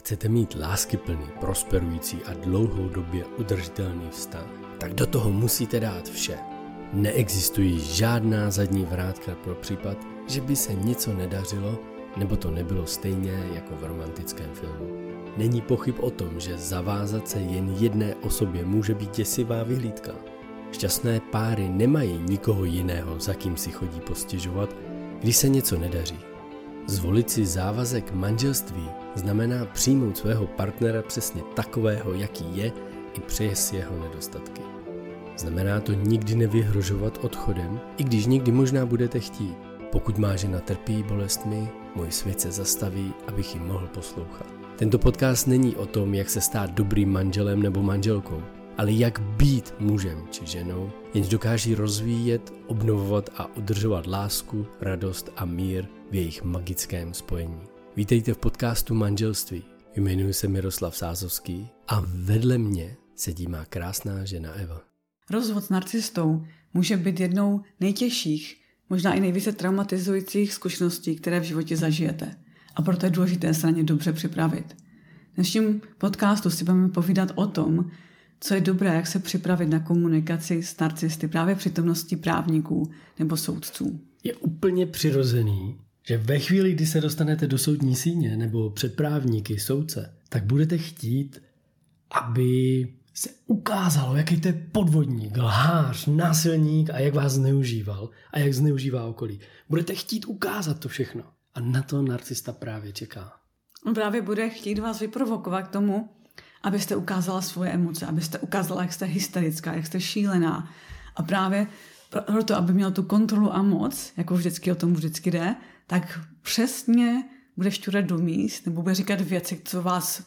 Chcete mít láskyplný, prosperující a dlouhodobě udržitelný vztah, tak do toho musíte dát vše. Neexistují žádná zadní vrátka pro případ, že by se něco nedařilo, nebo to nebylo stejně jako v romantickém filmu. Není pochyb o tom, že zavázat se jen jedné osobě může být děsivá vyhlídka. Šťastné páry nemají nikoho jiného, za kým si chodí postěžovat, když se něco nedaří. Zvolit si závazek manželství znamená přijmout svého partnera přesně takového, jaký je, i přes jeho nedostatky. Znamená to nikdy nevyhrožovat odchodem, i když někdy možná budete chtít. Pokud má žena trpí bolestmi, můj svět se zastaví, abych ji mohl poslouchat. Tento podcast není o tom, jak se stát dobrým manželem nebo manželkou, ale jak být mužem či ženou, jenž dokáží rozvíjet, obnovovat a udržovat lásku, radost a mír v jejich magickém spojení. Vítejte v podcastu Manželství. Jmenuji se Miroslav Sázovský a vedle mě sedí má krásná žena Eva. Rozvod s narcistou může být jednou nejtěžších, možná i nejvíce traumatizujících zkušeností, které v životě zažijete. A proto je důležité se na ně dobře připravit. V dnešním podcastu si budeme povídat o tom, co je dobré, jak se připravit na komunikaci s narcisty právě v přítomnosti právníků nebo soudců. Je úplně přirozený, že ve chvíli, kdy se dostanete do soudní síně nebo před právníky, soudce, tak budete chtít, aby se ukázalo, jaký to je podvodník, lhář, násilník a jak vás zneužíval a jak zneužívá okolí. Budete chtít ukázat to všechno. A na to narcista právě čeká. On právě bude chtít vás vyprovokovat k tomu, abyste ukázala svoje emoce, abyste ukázala, jak jste hysterická, jak jste šílená. A právě proto, aby měl tu kontrolu a moc, jako vždycky o tom vždycky jde, tak přesně bude šťurat do míst nebo bude říkat věci, co vás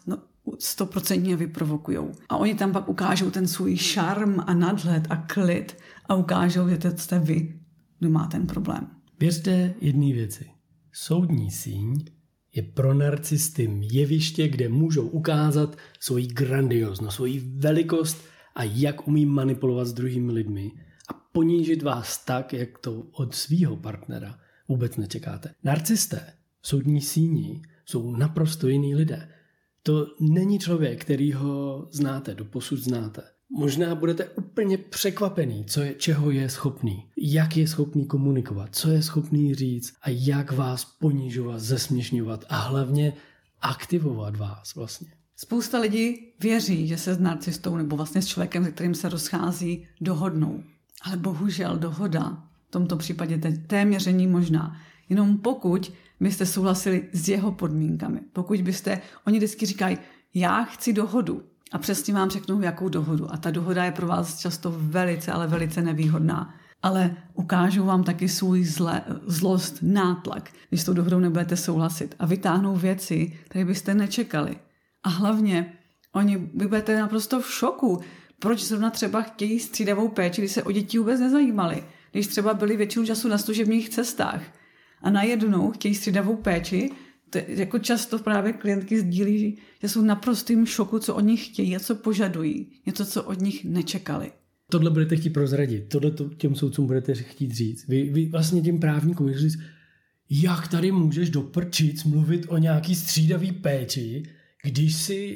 100% vyprovokujou. A oni tam pak ukážou ten svůj šarm a nadhled a klid a ukážou, že to jste vy, kdo má ten problém. Věřte jedné věci. Soudní síň je pro narcisty jeviště, kde můžou ukázat svoji grandioznost, svoji velikost a jak umí manipulovat s druhými lidmi a ponížit vás tak, jak to od svého partnera vůbec nečekáte. Narcisté v soudní síni jsou naprosto jiný lidé. To není člověk, kterýho znáte, doposud znáte. Možná budete úplně překvapený, čeho je schopný, jak je schopný komunikovat, co je schopný říct a jak vás ponižovat, zesměšňovat a hlavně aktivovat vás vlastně. Spousta lidí věří, že se s narcistou nebo vlastně s člověkem, se kterým se rozchází, dohodnou. Ale bohužel dohoda v tomto případě téměř není možná. Jenom pokud byste souhlasili s jeho podmínkami. Pokud byste, oni vždycky říkají, já chci dohodu. A přesně vám řeknou, jakou dohodu. A ta dohoda je pro vás často velice, ale velice nevýhodná. Ale ukážou vám taky svůj zlost, nátlak, když s tou dohodou nebudete souhlasit. A vytáhnou věci, které byste nečekali. A hlavně, vy budete naprosto v šoku. Proč zrovna třeba chtějí střídavou péči, když se o děti vůbec nezajímali? Když třeba byli většinu času na služebních cestách. A najednou chtějí střídavou péči, to jako často právě klientky sdílí, že jsou naprostým šoku, co od nich chtějí a co požadují. Něco, co od nich nečekali. Tohle budete chtít prozradit, tohle těm soudcům budete chtít říct. Vy vlastně těm právníkům můžete říct, jak tady můžeš do prčic mluvit o nějaký střídavý péči, když si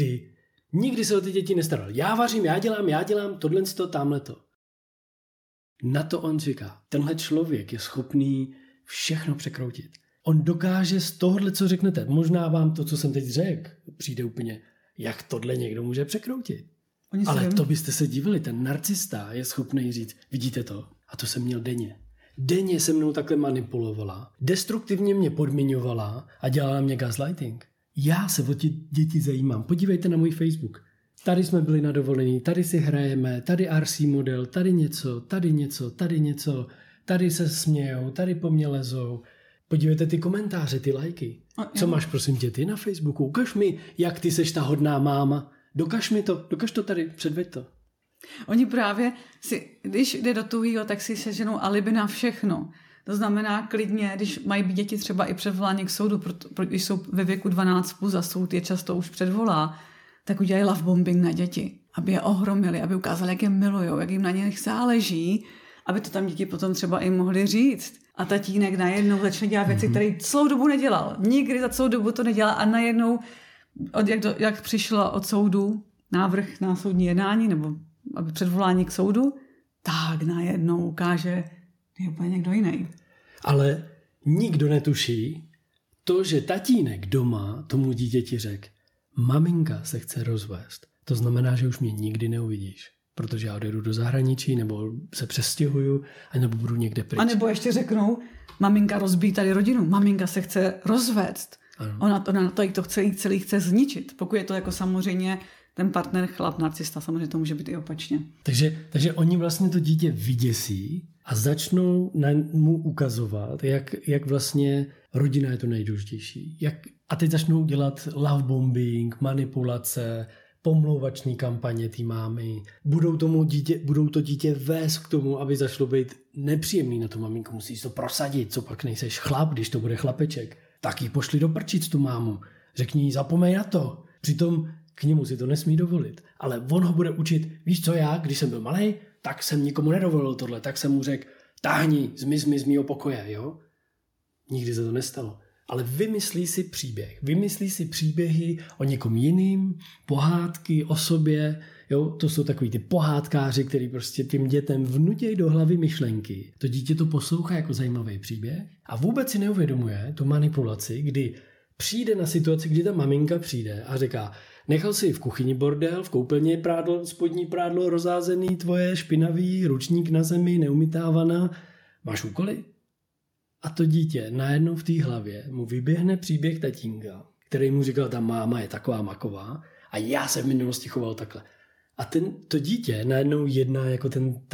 nikdy se o ty děti nestaral. Já vařím, já dělám tohle, tamhleto. Na to on říká, tenhle člověk je schopný všechno překroutit. On dokáže z tohohle, co řeknete, možná vám to, co jsem teď řekl, přijde úplně, jak tohle někdo může překroutit. Ale to byste se divili, ten narcista je schopný říct, vidíte to? A to jsem měl denně. Denně se mnou takhle manipulovala, destruktivně mě podmiňovala a dělala mě gaslighting. Já se o ty děti zajímám. Podívejte na můj Facebook. Tady jsme byli na dovolení, tady si hrajeme, tady RC model, tady něco, tady se smějou, tady po mně lezou. Podívejte ty komentáře, ty lajky. Co máš, prosím tě, ty na Facebooku? Ukaž mi, jak ty seš ta hodná máma. Dokaž to tady, předveď to. Oni právě když jde do tuhýho, tak si seženou alibi na všechno. To znamená klidně, když mají být děti třeba i předvolání k soudu, když jsou ve věku 12+ a soud je často už předvolá, tak udělají love bombing na děti, aby je ohromili, aby ukázali, jak je milujou, jak jim na nich záleží, aby to tam děti potom třeba i mohli říct. A tatínek najednou začne dělat věci, které celou dobu nedělal. Nikdy za celou dobu to nedělal a najednou Jak přišlo od soudu návrh na soudní jednání nebo předvolání k soudu, tak najednou ukáže, je úplně někdo jiný. Ale nikdo netuší to, že tatínek doma tomu dítěti řekl, maminka se chce rozvést. To znamená, že už mě nikdy neuvidíš, protože já odjedu do zahraničí, nebo se přestěhuju, nebo budu někde pryč. A nebo ještě řeknou, maminka rozbíjí tady rodinu, maminka se chce rozvést. Ona to celý chce zničit. Pokud je to jako samozřejmě ten partner chlap narcista, samozřejmě to může být i opačně. Takže oni vlastně to dítě vyděsí a začnou mu ukazovat, jak vlastně rodina je to nejdůležitější. A teď začnou dělat love bombing, manipulace, pomlouvační kampaně té mámy. Budou to dítě vést k tomu, aby začalo být nepříjemný na tu maminku. Musíš to prosadit, co pak nejseš chlap, když to bude chlapeček. Tak ji pošli do prčic tu mámu. Řekni jí, zapomeň na to. Přitom k němu si to nesmí dovolit. Ale on ho bude učit, víš co, já, když jsem byl malej, tak jsem nikomu nedovolil tohle, tak jsem mu řekl, táhni, zmiz mi z mýho pokoje, jo? Nikdy se to nestalo. Ale vymyslí si příběh. Vymyslí si příběhy o někom jiným, pohádky o sobě, jo? To jsou takový ty pohádkáři, který prostě tím dětem vnutějí do hlavy myšlenky. To dítě to poslouchá jako zajímavý příběh a vůbec si neuvědomuje tu manipulaci, kdy přijde na situaci, kdy ta maminka přijde a říká, nechal si v kuchyni bordel, v koupelně spodní prádlo rozházený, tvoje špinavý, ručník na zemi, neumytávaná, máš úkoly? A to dítě najednou v té hlavě mu vyběhne příběh tatínka, který mu říkal, ta máma je taková maková a já se v minulosti choval takhle. A to dítě najednou jedná jako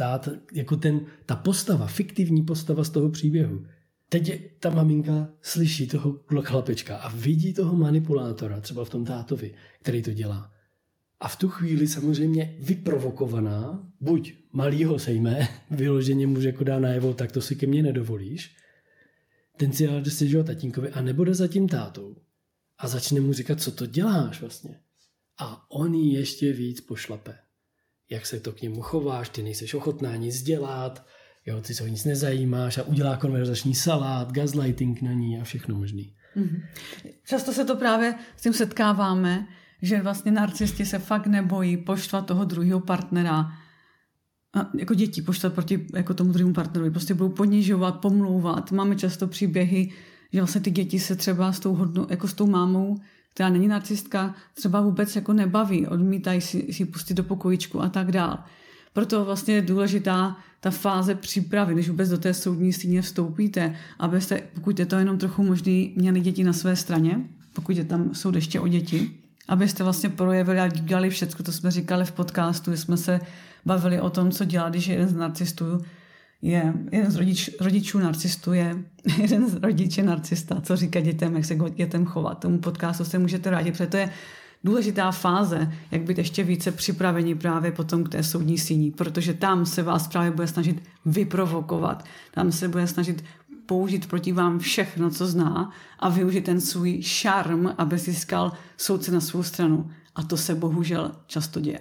ta postava, fiktivní postava z toho příběhu. Teď ta maminka slyší toho chlapečka a vidí toho manipulátora, třeba v tom tátovi, který to dělá. A v tu chvíli samozřejmě vyprovokovaná, buď malýho sejme, vyloženě mu jako dá najevo, tak to si ke mně nedovolíš, ten si ale stěžuje tatínkovi a nebude za tím tátou. A začne mu říkat, co to děláš vlastně. A on jí ještě víc pošlape. Jak se to k němu chováš, ty nejseš ochotná nic dělat, jo, ty se o nic nezajímáš a udělá konverzační salát, gaslighting na ní a všechno možný. Často se to právě s tím setkáváme, že vlastně narcisti se fakt nebojí poštvat toho druhého partnera, jako děti poštvat proti jako tomu druhému partnerovi. Prostě budou ponižovat, pomlouvat. Máme často příběhy, že vlastně ty děti se třeba s tou mámou, která není narcistka, třeba vůbec jako nebaví, odmítají si pustit do pokojíčku a tak dál. Proto vlastně je důležitá ta fáze přípravy, než vůbec do té soudní síně vstoupíte, abyste, pokud je to jenom trochu možný, měli děti na své straně, pokud je tam soud ještě o děti, abyste vlastně projevili a dělali všechno, to jsme říkali v podcastu, že jsme se bavili o tom, co dělat, když jeden z narcistů jeden z rodičů narcistů je jeden z rodiče narcista, co říká dětem, jak se k dětem chovat. Tomu podcastu se můžete vrátit, protože to je důležitá fáze, jak být ještě více připraveni právě potom k té soudní síni, protože tam se vás právě bude snažit vyprovokovat, tam se bude snažit použít proti vám všechno, co zná a využít ten svůj šarm, aby získal soudce na svou stranu. A to se bohužel často děje.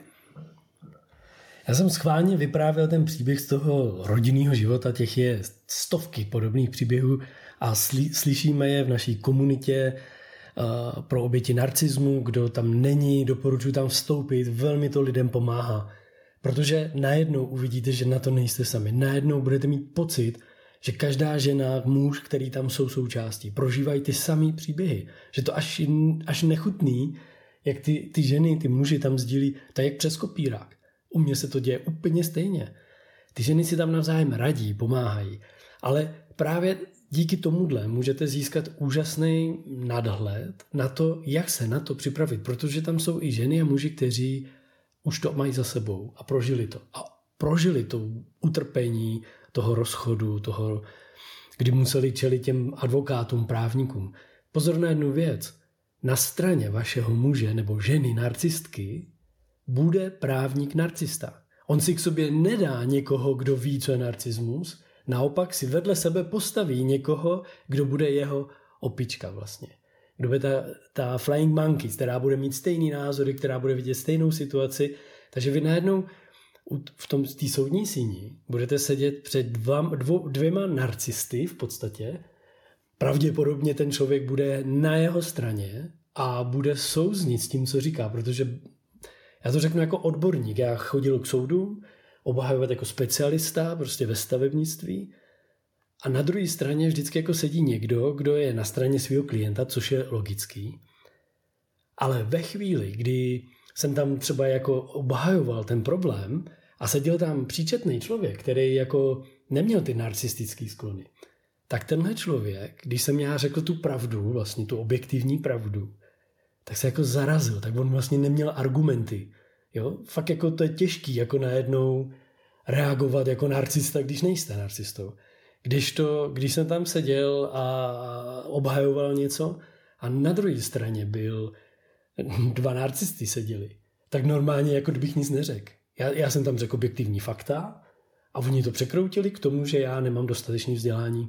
Já jsem schválně vyprávěl ten příběh z toho rodinného života, těch je stovky podobných příběhů a slyšíme je v naší komunitě pro oběti narcismu. Kdo tam není, doporučuji tam vstoupit, velmi to lidem pomáhá. Protože najednou uvidíte, že na to nejste sami. Najednou budete mít pocit, že každá žena, muž, který tam jsou součástí, prožívají ty samý příběhy. Že to až nechutný, jak ty ženy, ty muži tam sdílí, tak jak přes kopírák. U mě se to děje úplně stejně. Ty ženy si tam navzájem radí, pomáhají. Ale právě díky tomuhle můžete získat úžasný nadhled na to, jak se na to připravit. Protože tam jsou i ženy a muži, kteří už to mají za sebou a prožili to. A prožili to utrpení toho rozchodu, toho, kdy museli čelit těm advokátům, právníkům. Pozor na jednu věc. Na straně vašeho muže nebo ženy narcistky bude právník narcista. On si k sobě nedá někoho, kdo ví, co je narcismus, naopak si vedle sebe postaví někoho, kdo bude jeho opička vlastně. Kdo bude ta flying monkey, která bude mít stejný názory, která bude vidět stejnou situaci. Takže vy najednou v té soudní síni budete sedět před dvěma narcisty v podstatě. Pravděpodobně ten člověk bude na jeho straně a bude souznit s tím, co říká, protože já to řeknu jako odborník. Já chodil k soudu, obhajovat jako specialista prostě ve stavebnictví a na druhé straně vždycky jako sedí někdo, kdo je na straně svého klienta, což je logický. Ale ve chvíli, kdy jsem tam třeba jako obhajoval ten problém a seděl tam příčetný člověk, který jako neměl ty narcistické sklony, tak tenhle člověk, když jsem já řekl tu pravdu, vlastně tu objektivní pravdu, tak se jako zarazil, tak on vlastně neměl argumenty. Jo? Fakt jako to je těžký jako najednou reagovat jako narcista, když nejste narcistou. Když jsem tam seděl a obhajoval něco a na druhé straně byl 2 narcisty seděli, tak normálně jako kdybych nic neřekl. Já jsem tam řekl objektivní fakta a oni to překroutili k tomu, že já nemám dostatečné vzdělání.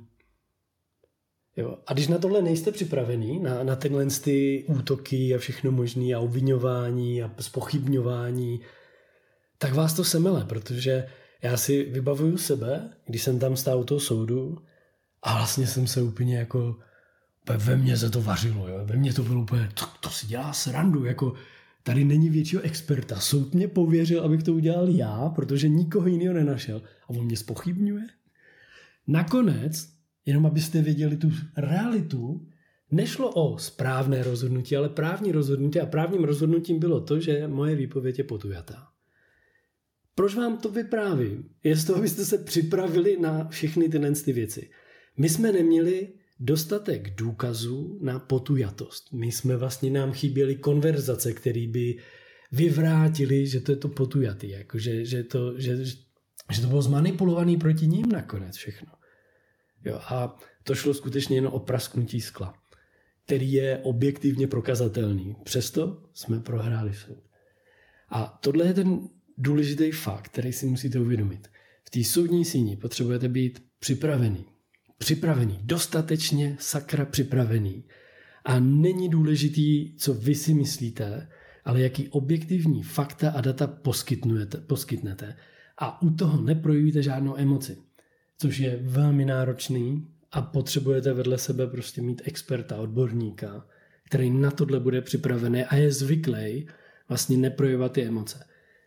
Jo. A když na tohle nejste připravený, na tyhle ty útoky a všechno možné a obviňování a zpochybňování, tak vás to semele, protože já si vybavuju sebe, když jsem tam stál u toho soudu a vlastně jsem se úplně jako ve mně se to vařilo, jo. Ve mně to bylo úplně, to si dělá srandu, jako tady není většího experta. Soud mě pověřil, abych to udělal já, protože nikoho jiného nenašel. A on mě zpochybňuje. Nakonec, jenom abyste věděli tu realitu, nešlo o správné rozhodnutí, ale právní rozhodnutí. A právním rozhodnutím bylo to, že moje výpověď je potujatá. Proč vám to vyprávím? Je z toho, abyste se připravili na všechny tyhle věci. My jsme neměli dostatek důkazů na potujatost. Nám chyběly konverzace, které by vyvrátily, že to je to potujatý, jako že to bylo zmanipulované proti ním nakonec všechno. Jo, a to šlo skutečně jen o prasknutí skla, který je objektivně prokazatelný. Přesto jsme prohráli soud. A tohle je ten důležitý fakt, který si musíte uvědomit. V té soudní síni potřebujete být připravený, dostatečně sakra připravený. A není důležitý, co vy si myslíte, ale jaký objektivní fakta a data poskytnete. A u toho neprojevíte žádnou emoci, což je velmi náročný a potřebujete vedle sebe prostě mít experta, odborníka, který na tohle bude připravený a je zvyklý vlastně neprojevovat ty emoce.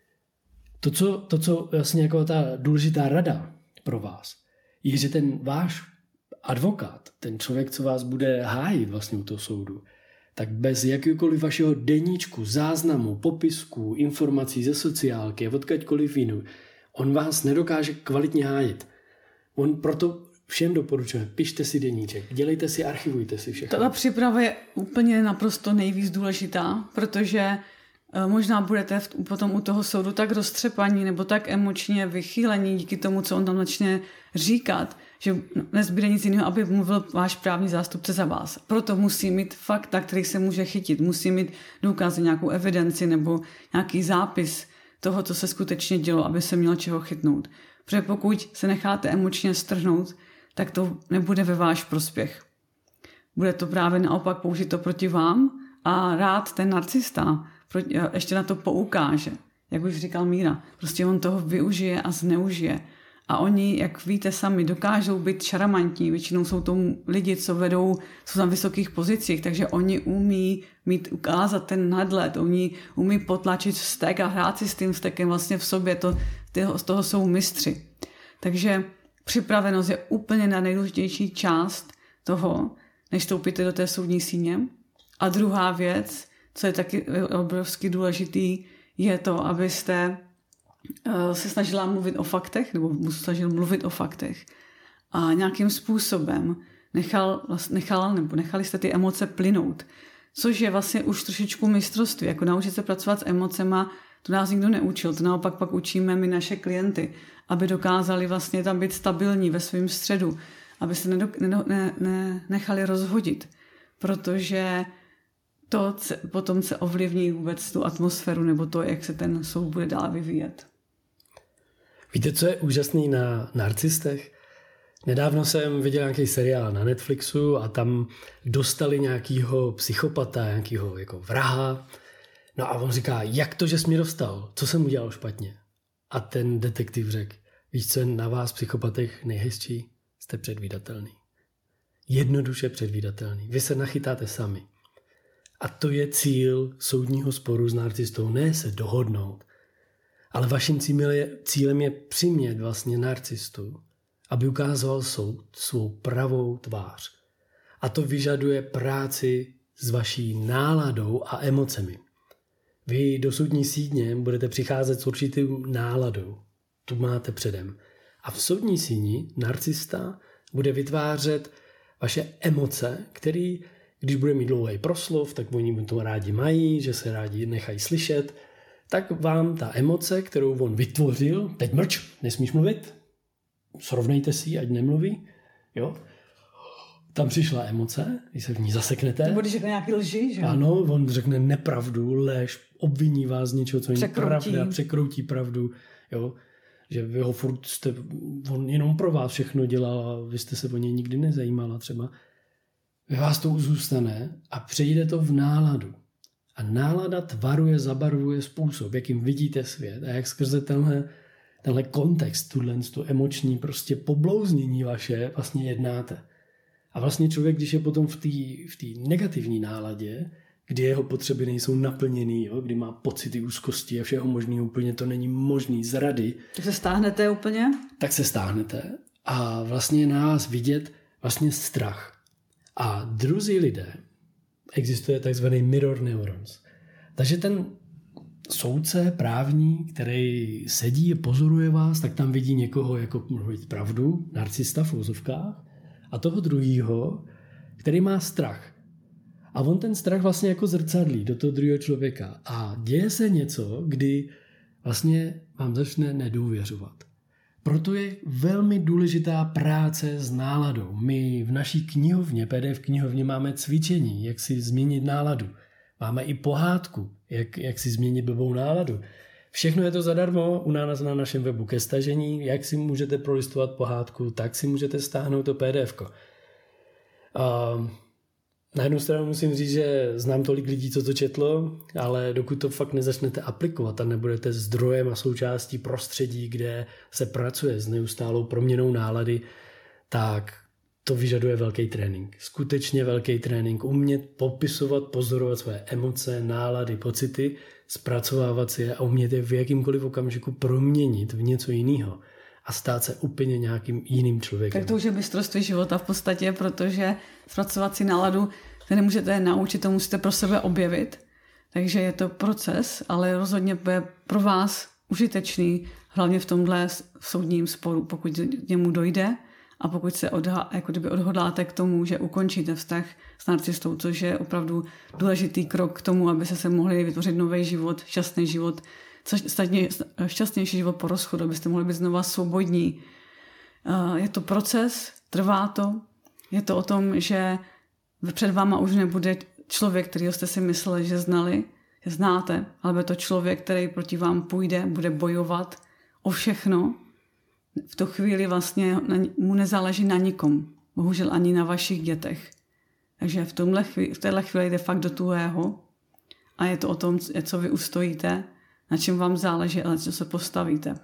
To, co vlastně jako ta důležitá rada pro vás, je, že ten váš advokát, ten člověk, co vás bude hájit vlastně u toho soudu, tak bez jakýkoliv vašeho deníčku, záznamu, popisku, informací ze sociálky a odkaďkoliv jinou, on vás nedokáže kvalitně hájit. On proto všem doporučuje, pište si deníček, dělejte si, archivujte si všechno. Ta příprava je úplně naprosto nejvíc důležitá, protože možná budete potom u toho soudu tak roztřepaní nebo tak emočně vychýlení díky tomu, co on tam začne říkat, že nezbyde nic jiného, aby mluvil váš právní zástupce za vás. Proto musí mít fakta, který se může chytit. Musí mít důkazy, nějakou evidenci nebo nějaký zápis toho, co se skutečně dělo, aby se měl čeho chytnout. Protože pokud se necháte emočně strhnout, tak to nebude ve váš prospěch. Bude to právě naopak použito proti vám a rád ten narcista ještě na to poukáže. Jak už říkal Míra, prostě on toho využije a zneužije. A oni, jak víte sami, dokážou být šarmantní. Většinou jsou to lidi, co jsou na vysokých pozicích, takže oni umí ukázat ten nadhled, oni umí potlačit vztek a hrát si s tím vztekem vlastně v sobě. Z toho jsou mistři. Takže připravenost je úplně na nejdůležitější část toho, než vstoupíte do té soudní síně. A druhá věc, co je taky obrovsky důležitý, je to, abyste se snažila mluvit o faktech, nebo snažil mluvit o faktech a nějakým způsobem nechali jste ty emoce plynout, což je vlastně už trošičku mistrovství, jako naučit se pracovat s emocema, to nás nikdo neučil, to naopak pak učíme my naše klienty, aby dokázali vlastně tam být stabilní ve svém středu, aby se nechali rozhodit, protože to potom se ovlivní vůbec tu atmosféru nebo to, jak se ten soud bude dál vyvíjet. Víte, co je úžasný na narcistech? Nedávno jsem viděl nějaký seriál na Netflixu a tam dostali nějakýho psychopata, nějakýho jako vraha. No a on říká, jak to, že jsi mě dostal? Co jsem udělal špatně? A ten detektiv řekl, víš, co je na vás psychopatech nejhezčí? Jste předvídatelný. Jednoduše předvídatelný. Vy se nachytáte sami. A to je cíl soudního sporu s narcistou, ne se dohodnout. Ale vaším cílem je přimět vlastně narcistu, aby ukázoval soud svou pravou tvář. A to vyžaduje práci s vaší náladou a emocemi. Vy do soudní síně budete přicházet s určitou náladou. Tu máte předem. A v soudní síni narcista bude vytvářet vaše emoce, který, když bude mít dlouhý proslov, tak oni to rádi mají, že se rádi nechají slyšet, tak vám ta emoce, kterou on vytvořil, teď mlč, nesmíš mluvit, srovnejte si, ať nemluví, jo. Tam přišla emoce, když se v ní zaseknete. Nebo když řekne nějaký lži, že? Ano, on řekne nepravdu, lež, obviní vás z něčeho, co není pravda, překroutí pravdu, jo. Že vy ho furt on jenom pro vás všechno dělal a vy jste se o něj nikdy nezajímala třeba. Vy vás to zůstane a přejde to v náladu. A nálada tvaruje, zabarvuje způsob, jakým vidíte svět a jak skrze tenhle kontext, tu emoční prostě poblouznění vaše vlastně jednáte. A vlastně člověk, když je potom v té negativní náladě, kdy jeho potřeby nejsou naplněný, jo, kdy má pocity úzkosti a všeho možného, úplně to není možný, zrady. Tak se stáhnete úplně? Tak se stáhnete a vlastně je na vás vidět vlastně strach. A druzí lidé, existuje takzvaný mirror neurons. Takže ten soudce, právní, který sedí a pozoruje vás, tak tam vidí někoho jako mluvit pravdu, narcista v úzovkách, a toho druhýho, který má strach. A on ten strach vlastně jako zrcadlí do toho druhého člověka. A děje se něco, kdy vlastně vám začne nedůvěřovat. Proto je velmi důležitá práce s náladou. My v naší knihovně, PDF knihovně, máme cvičení, jak si změnit náladu. Máme i pohádku, jak si změnit blbou náladu. Všechno je to zadarmo u nás na našem webu ke stažení. Jak si můžete prolistovat pohádku, tak si můžete stáhnout to PDFko. Na jednu stranu musím říct, že znám tolik lidí, co to četlo, ale dokud to fakt nezačnete aplikovat a nebudete zdrojem a součástí prostředí, kde se pracuje s neustálou proměnou nálady, tak to vyžaduje velký trénink. Skutečně velký trénink. Umět popisovat, pozorovat své emoce, nálady, pocity, zpracovávat si je a umět je v jakýmkoliv okamžiku proměnit v něco jiného a stát se úplně nějakým jiným člověkem. Tak to už je mistrovství života v podstatě, protože zpracovat si náladu to nemůžete naučit, to musíte pro sebe objevit. Takže je to proces, ale rozhodně bude pro vás užitečný, hlavně v tomhle soudním sporu, pokud k němu dojde a pokud se odhodláte k tomu, že ukončíte vztah s narcistou, což je opravdu důležitý krok k tomu, aby se mohli vytvořit nový život, šťastný život, šťastnější život po rozchodu, abyste mohli být znova svobodní. Je to proces, trvá to, je to o tom, že před váma už nebude člověk, kterýho jste si mysleli, že znáte, ale bude to člověk, který proti vám půjde, bude bojovat o všechno. V tu chvíli vlastně mu nezáleží na nikom, bohužel ani na vašich dětech. Takže v téhle chvíli jde fakt do tuhého a je to o tom, co vy ustojíte, na čem vám záleží a na čem se postavíte.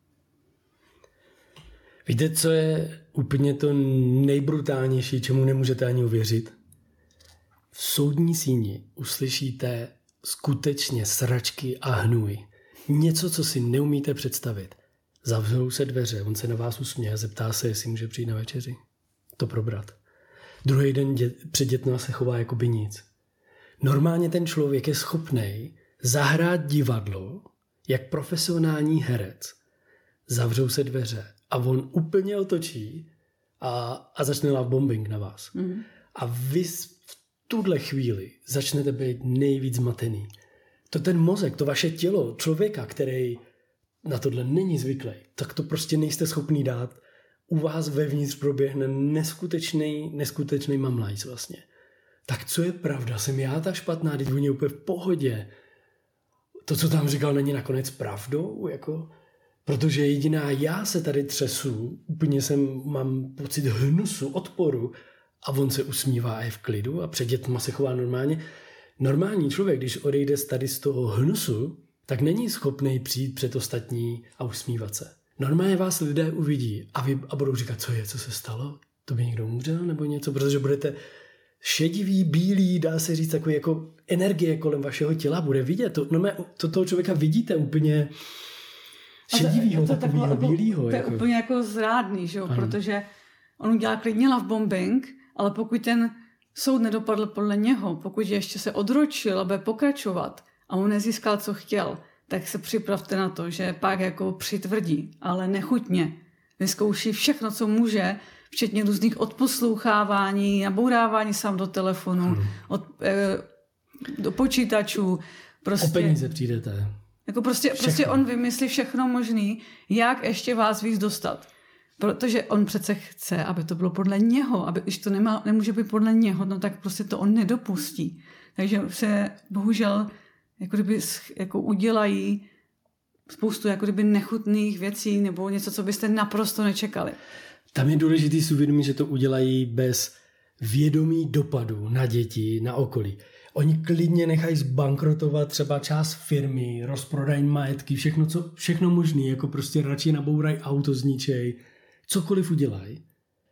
Víte, co je úplně to nejbrutálnější, čemu nemůžete ani uvěřit? V soudní síni uslyšíte skutečně sračky a hnůj. Něco, co si neumíte představit. Zavřou se dveře, on se na vás usměje a zeptá se, jestli může přijít na večeři. To probrat. Druhý den před dětma se chová jako by nic. Normálně ten člověk je schopnej zahrát divadlo, jak profesionální herec. Zavřou se dveře a on úplně otočí a začne love bombing na vás. Mm. A vy v tuhle chvíli začnete být nejvíc zmatený. To ten mozek, to vaše tělo, člověka, který na tohle není zvyklý, tak to prostě nejste schopný dát. U vás vevnitř proběhne neskutečný mamlajc vlastně. Tak co je pravda? Jsem já ta špatná? Teď oni úplně v pohodě. To, co tam říkal, není nakonec pravdou? Jako? Protože jediná já se tady třesu, úplně mám pocit hnusu, odporu a on se usmívá a je v klidu a před dětma se chová normálně. Normální člověk, když odejde tady z toho hnusu, tak není schopný přijít před ostatní a usmívat se. Normálně vás lidé uvidí a budou říkat, co se stalo? To by někdo umřel nebo něco? Protože budete šedivý, bílý, dá se říct takový jako energie kolem vašeho těla bude vidět. To toho člověka vidíte úplně šedivýho, takovýho bílýho. To je úplně jako zrádný, že jo? Protože on udělá klidně love bombing, ale pokud ten soud nedopadl podle něho, pokud ještě se odročil a bude pokračovat a on nezískal, co chtěl, tak se připravte na to, že pak jako přitvrdí, ale nechutně. Vyzkouší všechno, co může, včetně různých odposlouchávání, nabourávání sám do telefonu, do počítačů. Prostě, o peníze přijdete. Jako prostě on vymyslí všechno možný, jak ještě vás víc dostat. Protože on přece chce, aby to bylo podle něho, aby když to nemůže být podle něho, no tak prostě to on nedopustí. Takže se bohužel jako udělají spoustu jako kdyby nechutných věcí nebo něco, co byste naprosto nečekali. Tam je důležitý si uvědomit, že to udělají bez vědomí dopadu na děti, na okolí. Oni klidně nechají zbankrotovat třeba část firmy, rozprodají majetky, všechno možné, jako prostě radši nabourají auto, zničej, cokoliv udělají,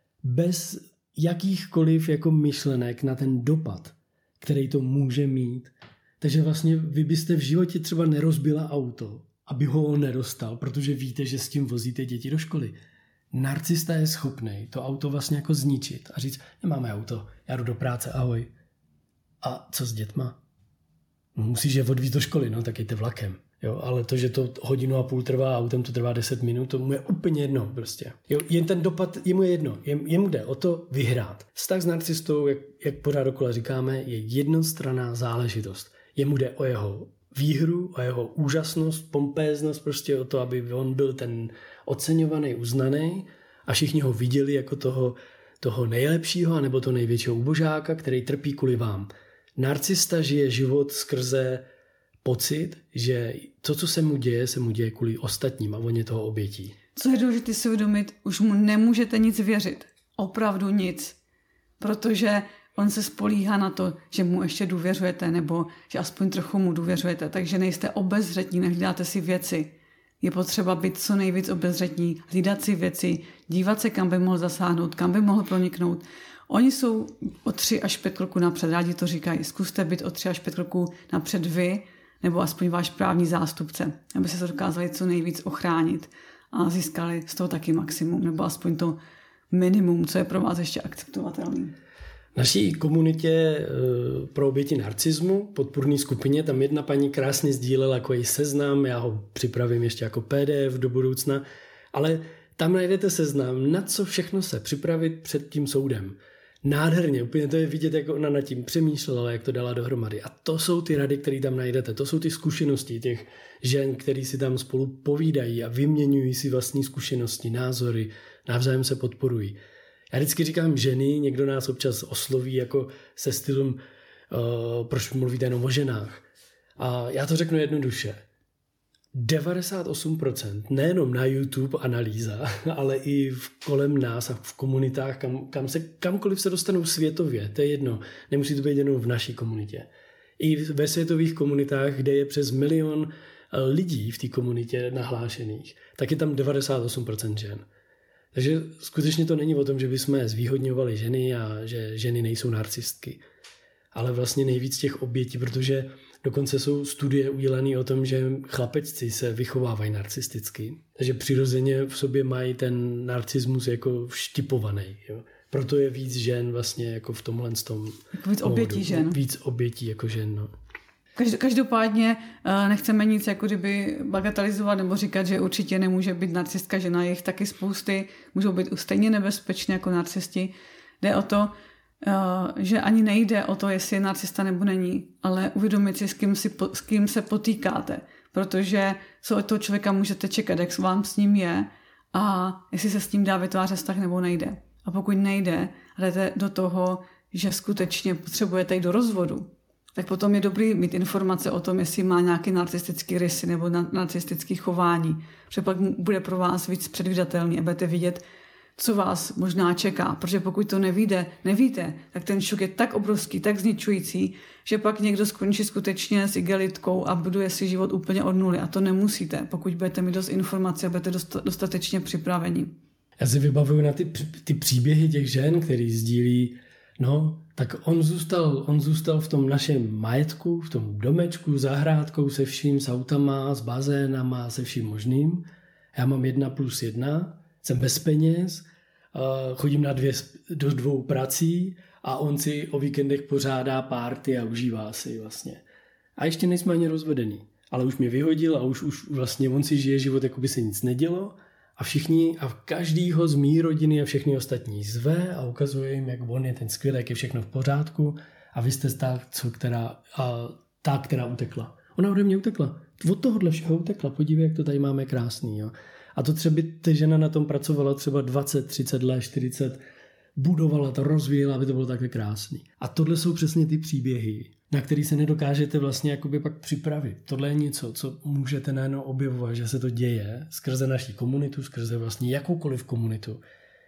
bez jakýchkoliv jako myšlenek na ten dopad, který to může mít. Takže vlastně vy byste v životě třeba nerozbila auto, aby ho on nedostal, protože víte, že s tím vozíte děti do školy. Narcista je schopný to auto vlastně jako zničit a říct, nemáme auto, já jdu do práce, ahoj. A co s dětma? Musíš je odvízt do školy, no tak jděte vlakem. Jo, ale to, že to 1,5 hodiny trvá, autem to trvá 10 minut, to mu je úplně jedno prostě. Jo, jen ten dopad, jemu je jedno. Jemu jde o to vyhrát. Vztah s narcistou, jak pořád dokola říkáme, je jednostranná záležitost. Jemu jde o jeho výhru, o jeho úžasnost, pompéznost, prostě o to, aby on byl ten oceňovaný, uznaný a všichni ho viděli jako toho nejlepšího anebo toho největšího ubožáka, který trpí kvůli vám. Narcista žije život skrze pocit, že to, co se mu děje kvůli ostatním a on je toho obětí. Co je důležité si uvědomit, už mu nemůžete nic věřit. Opravdu nic. Protože on se spolíhá na to, že mu ještě důvěřujete nebo že aspoň trochu mu důvěřujete. Takže nejste obezřetní, nehlídáte si věci. Je potřeba být co nejvíc obezřetní, hlídat si věci, dívat se, kam by mohl zasáhnout, kam by mohl proniknout. Oni jsou o 3 až 5 kroků napřed, rádi to říkají. Zkuste být o 3 až 5 kroků napřed vy, nebo aspoň váš právní zástupce, aby se dokázali co nejvíc ochránit a získali z toho taky maximum, nebo aspoň to minimum, co je pro vás ještě akceptovatelné. V naší komunitě pro oběti narcismu, podpůrné skupině, tam jedna paní krásně sdílela jako její seznam, já ho připravím ještě jako PDF do budoucna, ale tam najdete seznam, na co všechno se připravit před tím soudem. Nádherně, úplně to je vidět, jak ona nad tím přemýšlela, jak to dala dohromady. A to jsou ty rady, které tam najdete. To jsou ty zkušenosti těch žen, který si tam spolu povídají a vyměňují si vlastní zkušenosti, názory, navzájem se podporují. Já vždycky říkám ženy, někdo nás občas osloví jako se stylem, proč mluvíte jenom o ženách. A já to řeknu jednoduše. 98%, nejenom na YouTube analýza, ale i kolem nás a v komunitách, kamkoliv se dostanou světově, to je jedno, nemusí to být jenom v naší komunitě. I ve světových komunitách, kde je přes 1 milion lidí v té komunitě nahlášených, tak je tam 98% žen. Takže skutečně to není o tom, že bychom zvýhodňovali ženy a že ženy nejsou narcistky, ale vlastně nejvíc těch obětí, protože dokonce jsou studie udělané o tom, že chlapečci se vychovávají narcisticky, takže přirozeně v sobě mají ten narcismus jako vštipovaný. Jo? Proto je víc žen vlastně jako v tomhle tom jako víc obětí žen. Víc obětí jako žen, no. Každopádně nechceme nic jako kdyby bagatelizovat nebo říkat, že určitě nemůže být narcistka žena, je jich taky spousty, můžou být stejně nebezpečné jako narcisti. Jde o to, že ani nejde o to, jestli je narcista nebo není, ale uvědomit si, s kým se potýkáte, protože co od toho člověka můžete čekat, jak vám s ním je a jestli se s tím dá vytvářet vztah nebo nejde. A pokud nejde, jdete do toho, že skutečně potřebujete jít do rozvodu, tak potom je dobrý mít informace o tom, jestli má nějaký narcistický rysy nebo narcistický chování, protože pak bude pro vás víc předvídatelný a budete vidět, co vás možná čeká, protože pokud to nevíte, tak ten šok je tak obrovský, tak zničující, že pak někdo skončí skutečně s igelitkou a buduje si život úplně od nuly a to nemusíte, pokud budete mít dost informací a budete dostatečně připraveni. Já si vybavuju na ty příběhy těch žen, který sdílí No, tak on zůstal v tom našem majetku, v tom domečku, zahrádkou se vším, s autama, s bazénama, se vším možným. Já mám 1+1, jsem bez peněz, chodím do 2 prací a on si o víkendech pořádá párty a užívá si vlastně. A ještě nejsme ani rozvedený. Ale už mě vyhodil a už vlastně on si žije život, jako by se nic nedělo a každý ho z mý rodiny a všechny ostatní zve a ukazuje jim, jak on je ten skvělý, jak je všechno v pořádku a vy jste ta, která utekla. Ona ode mě utekla. Od tohohle všeho utekla. Podívej, jak to tady máme krásný. Jo. A to třeba ta žena na tom pracovala třeba 20, 30 let, 40, budovala to, rozvíjela, aby to bylo takhle krásný. A tohle jsou přesně ty příběhy, na který se nedokážete vlastně jakoby pak připravit. Tohle je něco, co můžete najednou objevovat, že se to děje skrze naši komunitu, skrze vlastně jakoukoliv komunitu.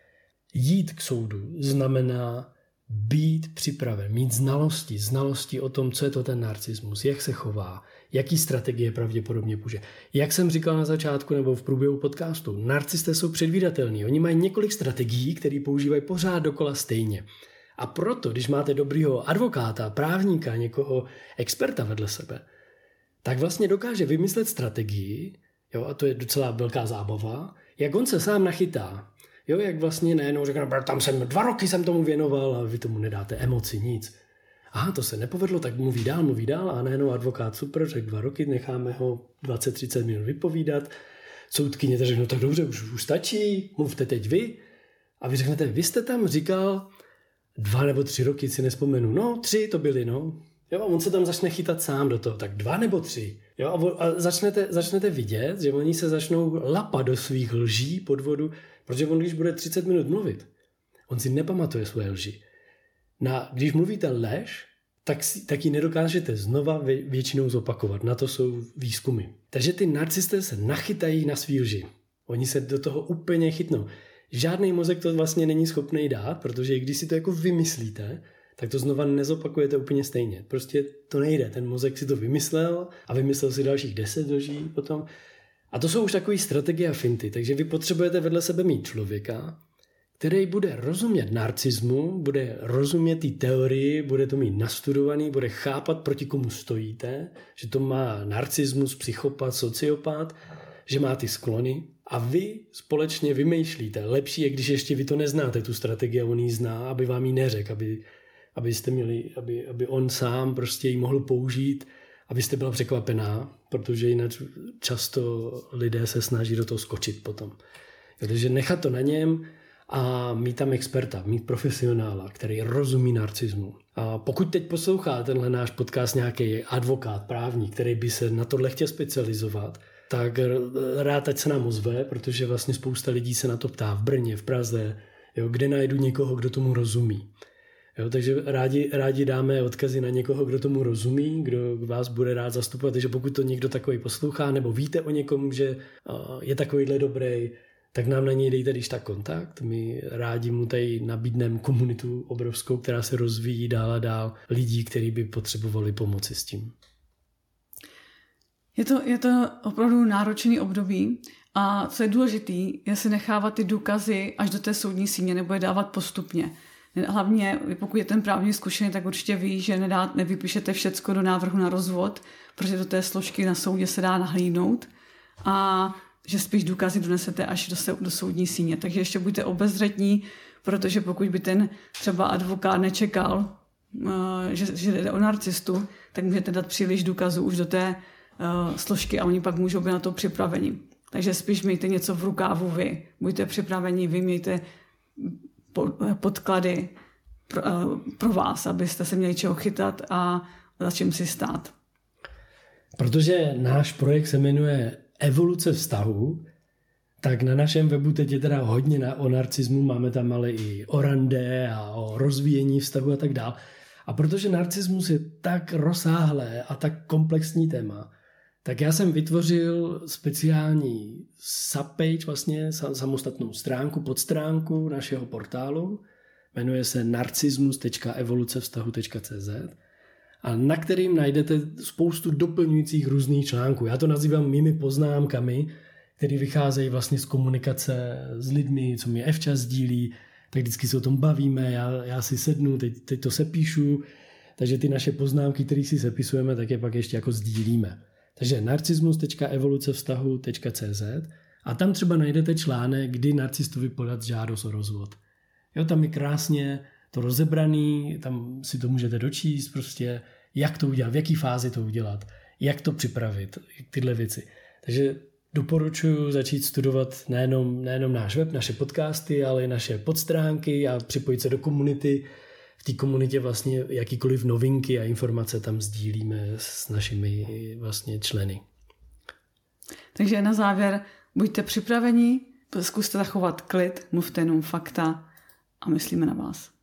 Jít k soudu znamená být připraven, mít znalosti o tom, co je to ten narcismus, jak se chová, jaký strategie pravděpodobně použije. Jak jsem říkal na začátku nebo v průběhu podcastu, narcisté jsou předvídatelní. Oni mají několik strategií, které používají pořád dokola stejně. A proto, když máte dobrýho advokáta, právníka, někoho experta vedle sebe, tak vlastně dokáže vymyslet strategii, jo, a to je docela velká zábava, jak on se sám nachytá. Jo, jak vlastně najednou řekne, tam 2 roky jsem tomu věnoval a vy tomu nedáte emoci, nic. Aha, to se nepovedlo, tak mluví dál a najednou advokát super, řekl 2 roky, necháme ho 20-30 minut vypovídat. Soudkyně to řekne, no tak dobře, už stačí, mluvte teď vy. A vy řeknete, vy jste tam říkal 2 nebo 3 roky, si nespomenu. No, 3 to byly, no. Jo, a on se tam začne chytat sám do toho, tak 2 nebo 3. Jo, a začnete vidět, že oni se začnou lapat do svých lží, podvodu, protože on, když bude 30 minut mluvit, on si nepamatuje svoje lži. Když mluvíte lež, tak ji nedokážete znova většinou zopakovat. Na to jsou výzkumy. Takže ty narcisté se nachytají na svý lži. Oni se do toho úplně chytnou. Žádný mozek to vlastně není schopný dát, protože když si to jako vymyslíte, tak to znova nezopakujete úplně stejně. Prostě to nejde. Ten mozek si to vymyslel a vymyslel si dalších 10 lží potom. A to jsou už takové strategie a finty. Takže vy potřebujete vedle sebe mít člověka, který bude rozumět narcismu, bude rozumět té teorii, bude to mít nastudovaný, bude chápat, proti komu stojíte, že to má narcismus, psychopat, sociopat, že má ty sklony a vy společně vymýšlíte. Lepší je, když ještě vy to neznáte, tu strategii, a on ji zná, aby vám ji neřekl, aby on sám prostě ji mohl použít, abyste byla překvapená, protože jinak často lidé se snaží do toho skočit potom. Takže nechat to na něm a mít tam experta, mít profesionála, který rozumí narcismu. A pokud teď poslouchá tenhle náš podcast nějaký advokát, právník, který by se na tohle chtěl specializovat, tak rád ať se nám ozve, protože vlastně spousta lidí se na to ptá v Brně, v Praze, jo, kde najdu někoho, kdo tomu rozumí. Jo, takže rádi dáme odkazy na někoho, kdo tomu rozumí, kdo vás bude rád zastupovat. Takže pokud to někdo takový poslouchá, nebo víte o někom, že je takovýhle dobrý, tak nám na něj dejte když tak kontakt. My rádi mu tady nabídneme komunitu obrovskou, která se rozvíjí dál a dál, lidí, kteří by potřebovali pomoci s tím. Je to opravdu náročný období a co je důležitý, je si nechávat ty důkazy až do té soudní síně nebo je dávat postupně. Hlavně, pokud je ten právník zkušený, tak určitě ví, že nevypíšete všecko do návrhu na rozvod, protože do té složky na soudě se dá nahlídnout a že spíš důkazy donesete až do soudní síně. Takže ještě buďte obezřetní, protože pokud by ten třeba advokát nečekal, že jde o narcistu, tak můžete dát příliš důkazů už do té složky a oni pak můžou být na to připraveni. Takže spíš mějte něco v rukávu vy. Buďte připraveni, vy mějte podklady pro vás, abyste se měli čeho chytat a za čím si stát. Protože náš projekt se jmenuje Evoluce vztahu, tak na našem webu teď je teda hodně o narcismu, máme tam ale i o rande a o rozvíjení vztahu a tak dál. A protože narcismus je tak rozsáhlé a tak komplexní téma, tak já jsem vytvořil speciální subpage, vlastně samostatnou stránku, podstránku našeho portálu. Jmenuje se narcismus.evolucevztahu.cz a na kterým najdete spoustu doplňujících různých článků. Já to nazývám mými poznámkami, které vycházejí vlastně z komunikace s lidmi, co mě Evča sdílí, tak vždycky se o tom bavíme, já si sednu, teď to sepíšu, takže ty naše poznámky, které si sepisujeme, tak je pak ještě jako sdílíme. Takže narcismus.evolucevztahu.cz a tam třeba najdete článek, kdy narcistovi podat žádost o rozvod. Jo, tam je krásně to rozebraný, tam si to můžete dočíst, prostě jak to udělat, v jaký fázi to udělat, jak to připravit, tyhle věci. Takže doporučuji začít studovat nejenom náš web, naše podcasty, ale i naše podstránky a připojit se do komunity. V té komunitě vlastně jakýkoliv novinky a informace tam sdílíme s našimi vlastně členy. Takže na závěr buďte připraveni, zkuste zachovat klid, mluvte jenom fakta a myslíme na vás.